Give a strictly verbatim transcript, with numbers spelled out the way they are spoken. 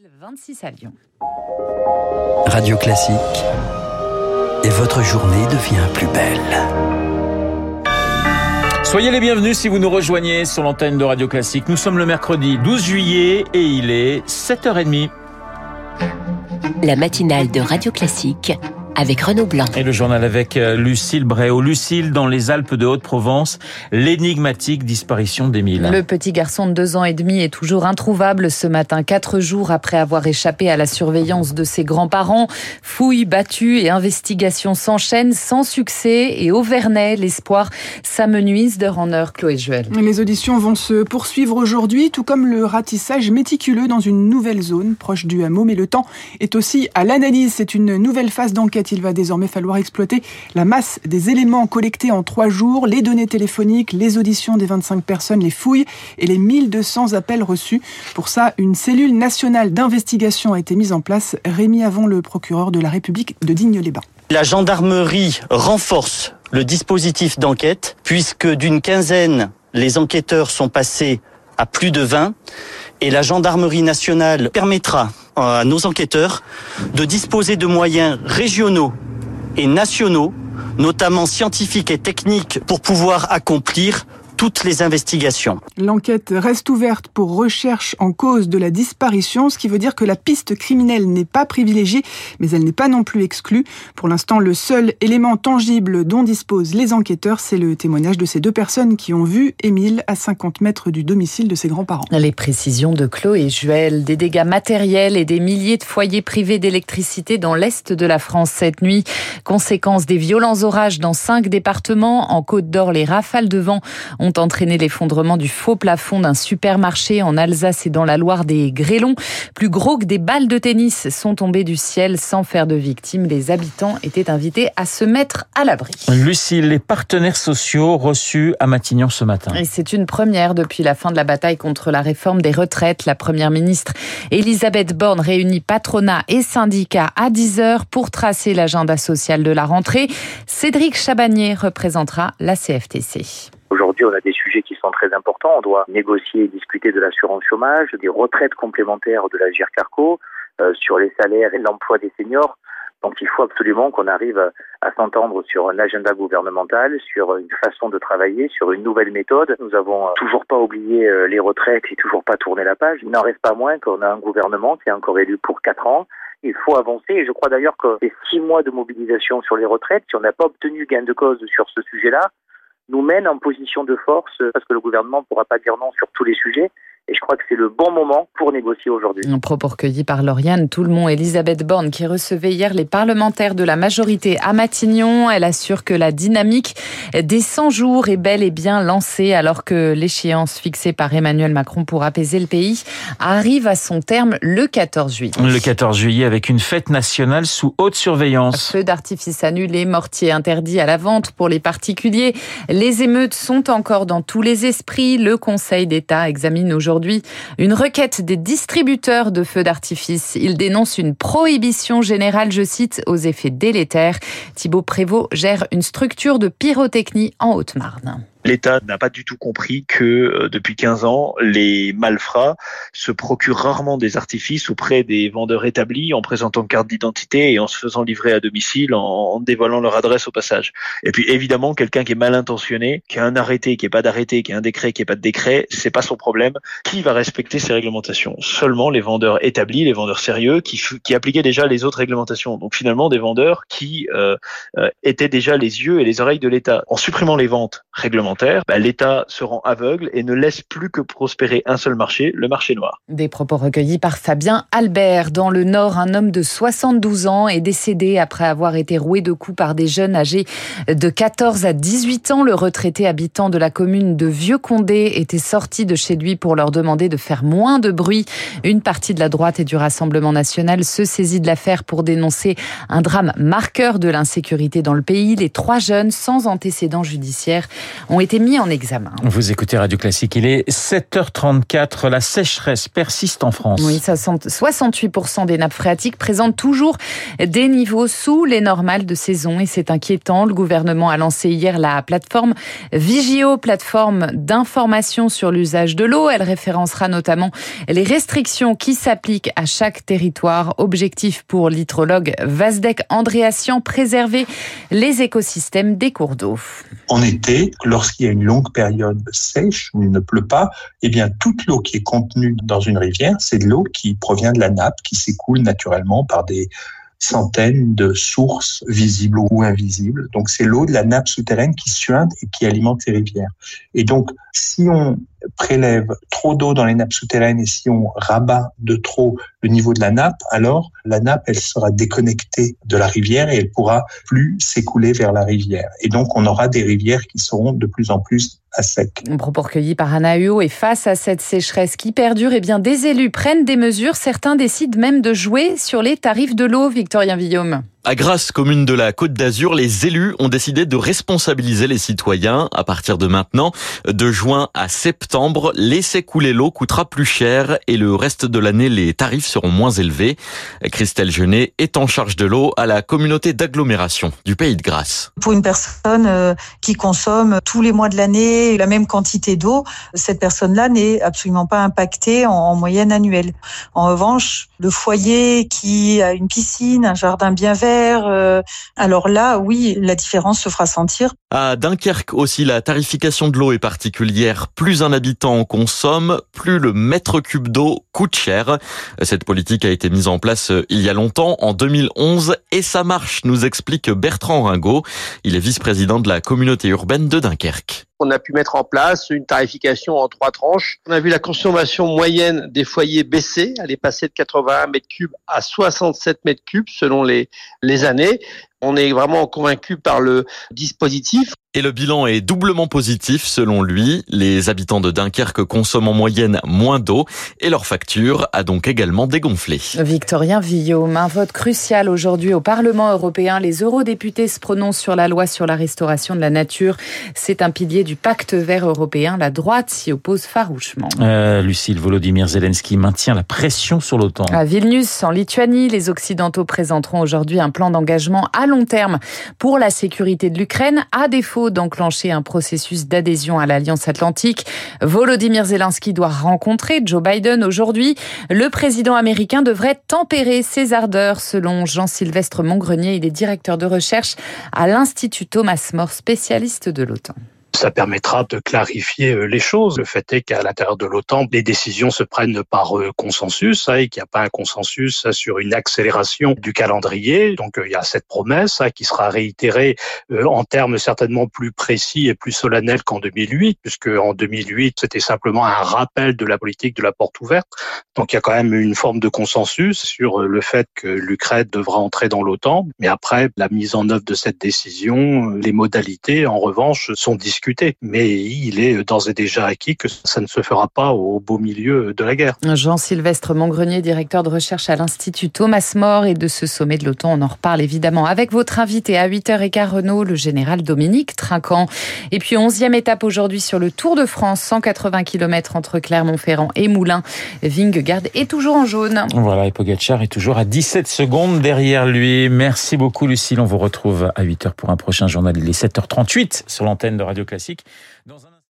vingt-six à Lyon. Radio Classique. Et votre journée devient plus belle. Soyez les bienvenus si vous nous rejoignez sur l'antenne de Radio Classique. Nous sommes le mercredi douze juillet et il est sept heures trente. La matinale de Radio Classique avec Renaud Blanc. Et le journal avec Lucille Bréau. Lucille, dans les Alpes de Haute-Provence, l'énigmatique disparition d'Émile. Le petit garçon de deux ans et demi est toujours introuvable ce matin, quatre jours après avoir échappé à la surveillance de ses grands-parents. Fouilles, battues et investigations s'enchaînent sans succès. Et au Vernet, l'espoir s'amenuise d'heure en heure. Chloé Juel. Les auditions vont se poursuivre aujourd'hui, tout comme le ratissage méticuleux dans une nouvelle zone proche du hameau. Mais le temps est aussi à l'analyse. C'est une nouvelle phase d'enquête. Il va désormais falloir exploiter la masse des éléments collectés en trois jours, les données téléphoniques, les auditions des vingt-cinq personnes, les fouilles et les mille deux cents appels reçus. Pour ça, une cellule nationale d'investigation a été mise en place. Rémi Avon, le procureur de la République de Digne-les-Bains. La gendarmerie renforce le dispositif d'enquête puisque d'une quinzaine, les enquêteurs sont passés à plus de vingt et la gendarmerie nationale permettra à nos enquêteurs de disposer de moyens régionaux et nationaux, notamment scientifiques et techniques, pour pouvoir accomplir toutes les investigations. L'enquête reste ouverte pour recherche en cause de la disparition, ce qui veut dire que la piste criminelle n'est pas privilégiée, mais elle n'est pas non plus exclue. Pour l'instant, le seul élément tangible dont disposent les enquêteurs, c'est le témoignage de ces deux personnes qui ont vu Émile à cinquante mètres du domicile de ses grands-parents. Les précisions de Chloé Juel. Des dégâts matériels et des milliers de foyers privés d'électricité dans l'est de la France cette nuit. Conséquence des violents orages dans cinq départements. En Côte d'Or, les rafales de vent ont entraîné l'effondrement du faux plafond d'un supermarché en Alsace et dans la Loire des grêlons. Plus gros que des balles de tennis sont tombées du ciel sans faire de victimes. Les habitants étaient invités à se mettre à l'abri. Lucille, les partenaires sociaux reçus à Matignon ce matin. Et c'est une première depuis la fin de la bataille contre la réforme des retraites. La première ministre Elisabeth Borne réunit patronat et syndicats à dix heures pour tracer l'agenda social de la rentrée. Cédric Chabagnier représentera la C F T C. Aujourd'hui, on a des sujets qui sont très importants. On doit négocier et discuter de l'assurance chômage, des retraites complémentaires de la G I R C-Arco, euh, sur les salaires et l'emploi des seniors. Donc il faut absolument qu'on arrive à s'entendre sur un agenda gouvernemental, sur une façon de travailler, sur une nouvelle méthode. Nous avons toujours pas oublié les retraites et toujours pas tourné la page. Il n'en reste pas moins qu'on a un gouvernement qui est encore élu pour quatre ans. Il faut avancer et je crois d'ailleurs que les six mois de mobilisation sur les retraites, si on n'a pas obtenu gain de cause sur ce sujet-là, nous mène en position de force parce que le gouvernement ne pourra pas dire non sur tous les sujets. Et je crois que c'est le bon moment pour négocier aujourd'hui. Un propos recueilli par Lauriane Toulmont. Elisabeth Borne qui recevait hier les parlementaires de la majorité à Matignon. Elle assure que la dynamique des cent jours est bel et bien lancée alors que l'échéance fixée par Emmanuel Macron pour apaiser le pays arrive à son terme le quatorze juillet. Le quatorze juillet avec une fête nationale sous haute surveillance. Feux d'artifice annulés, mortiers interdits à la vente pour les particuliers. Les émeutes sont encore dans tous les esprits. Le Conseil d'État examine aujourd'hui Aujourd'hui, une requête des distributeurs de feux d'artifice. Ils dénoncent une prohibition générale, je cite, aux effets délétères. Thibaut Prévost gère une structure de pyrotechnie en Haute-Marne. L'État n'a pas du tout compris que euh, depuis quinze ans, les malfrats se procurent rarement des artifices auprès des vendeurs établis en présentant carte d'identité et en se faisant livrer à domicile, en, en dévoilant leur adresse au passage. Et puis évidemment, quelqu'un qui est mal intentionné, qui a un arrêté, qui n'est pas d'arrêté, qui a un décret, qui n'est pas de décret, c'est pas son problème. Qui va respecter ces réglementations ? Seulement les vendeurs établis, les vendeurs sérieux, qui, qui appliquaient déjà les autres réglementations. Donc finalement, des vendeurs qui euh, euh, étaient déjà les yeux et les oreilles de l'État. En supprimant les ventes réglementaires, Bah, l'État se rend aveugle et ne laisse plus que prospérer un seul marché, le marché noir. Des propos recueillis par Fabien Albert. Dans le Nord, un homme de soixante-douze ans est décédé après avoir été roué de coups par des jeunes âgés de quatorze à dix-huit ans. Le retraité habitant de la commune de Vieux-Condé était sorti de chez lui pour leur demander de faire moins de bruit. Une partie de la droite et du Rassemblement national se saisit de l'affaire pour dénoncer un drame marqueur de l'insécurité dans le pays. Les trois jeunes sans antécédents judiciaires ont été mis en examen. Vous écoutez Radio Classique, il est sept heures trente-quatre, la sécheresse persiste en France. Oui, soixante-huit pour cent des nappes phréatiques présentent toujours des niveaux sous les normales de saison et c'est inquiétant. Le gouvernement a lancé hier la plateforme Vigio, plateforme d'information sur l'usage de l'eau. Elle référencera notamment les restrictions qui s'appliquent à chaque territoire. Objectif pour l'hydrologue Vasdek Andréassian, préserver les écosystèmes des cours d'eau. En été, lorsqu'il y a une longue période sèche où il ne pleut pas, eh bien toute l'eau qui est contenue dans une rivière, c'est de l'eau qui provient de la nappe, qui s'écoule naturellement par des centaines de sources visibles ou invisibles. Donc c'est l'eau de la nappe souterraine qui suinte et qui alimente ces rivières. Et donc si on prélève trop d'eau dans les nappes souterraines et si on rabat de trop le niveau de la nappe, alors la nappe, elle sera déconnectée de la rivière et elle pourra plus s'écouler vers la rivière. Et donc on aura des rivières qui seront de plus en plus à sec. Un propos recueilli par Anna Huot. Et face à cette sécheresse qui perdure, eh bien des élus prennent des mesures. Certains décident même de jouer sur les tarifs de l'eau. Victorien Villaume. À Grasse, commune de la Côte d'Azur, les élus ont décidé de responsabiliser les citoyens. À partir de maintenant, de juin à septembre, laisser couler l'eau coûtera plus cher et le reste de l'année, les tarifs seront moins élevés. Christelle Genet est en charge de l'eau à la communauté d'agglomération du Pays de Grasse. Pour une personne qui consomme tous les mois de l'année la même quantité d'eau, cette personne-là n'est absolument pas impactée en moyenne annuelle. En revanche, le foyer qui a une piscine, un jardin bien vert, Euh, alors là, oui, la différence se fera sentir. À Dunkerque aussi, la tarification de l'eau est particulière. Plus un habitant en consomme, plus le mètre cube d'eau coûte cher. Cette politique a été mise en place il y a longtemps, en deux mille onze, et ça marche, nous explique Bertrand Ringot. Il est vice-président de la communauté urbaine de Dunkerque. On a pu mettre en place une tarification en trois tranches. On a vu la consommation moyenne des foyers baisser. Elle est passée de quatre-vingt-un mètres cubes à soixante-sept mètres cubes selon les, les années. On est vraiment convaincu par le dispositif. Et le bilan est doublement positif selon lui. Les habitants de Dunkerque consomment en moyenne moins d'eau et leur facture a donc également dégonflé. Victorien Villaume, un vote crucial aujourd'hui au Parlement européen. Les eurodéputés se prononcent sur la loi sur la restauration de la nature. C'est un pilier du pacte vert européen. La droite s'y oppose farouchement. Euh, Lucille, Volodymyr Zelensky maintient la pression sur l'OTAN. À Vilnius, en Lituanie, les Occidentaux présenteront aujourd'hui un plan d'engagement à long terme pour la sécurité de l'Ukraine, à défaut d'enclencher un processus d'adhésion à l'Alliance Atlantique. Volodymyr Zelensky doit rencontrer Joe Biden aujourd'hui. Le président américain devrait tempérer ses ardeurs, selon Jean-Sylvestre Montgrenier. Il est directeur de recherche à l'Institut Thomas More, spécialiste de l'OTAN. Ça permettra de clarifier les choses. Le fait est qu'à l'intérieur de l'OTAN, les décisions se prennent par consensus et qu'il n'y a pas un consensus sur une accélération du calendrier. Donc il y a cette promesse qui sera réitérée en termes certainement plus précis et plus solennels qu'en deux mille huit, puisque en deux mille huit, c'était simplement un rappel de la politique de la porte ouverte. Donc il y a quand même une forme de consensus sur le fait que l'Ukraine devra entrer dans l'OTAN. Mais après, la mise en œuvre de cette décision, les modalités, en revanche, sont discutées. Mais il est d'ores et déjà acquis que ça ne se fera pas au beau milieu de la guerre. Jean-Sylvestre Montgrenier, directeur de recherche à l'Institut Thomas More, et de ce sommet de l'OTAN, on en reparle évidemment avec votre invité à huit heures quinze, Renaud, le général Dominique Trinquant. Et puis onzième étape aujourd'hui sur le Tour de France, cent quatre-vingts kilomètres entre Clermont-Ferrand et Moulins. Vingegaard est toujours en jaune. Voilà, et Pogacar est toujours à dix-sept secondes derrière lui. Merci beaucoup Lucille, on vous retrouve à huit heures pour un prochain journal. Il est sept heures trente-huit sur l'antenne de Radio Classique. Dans un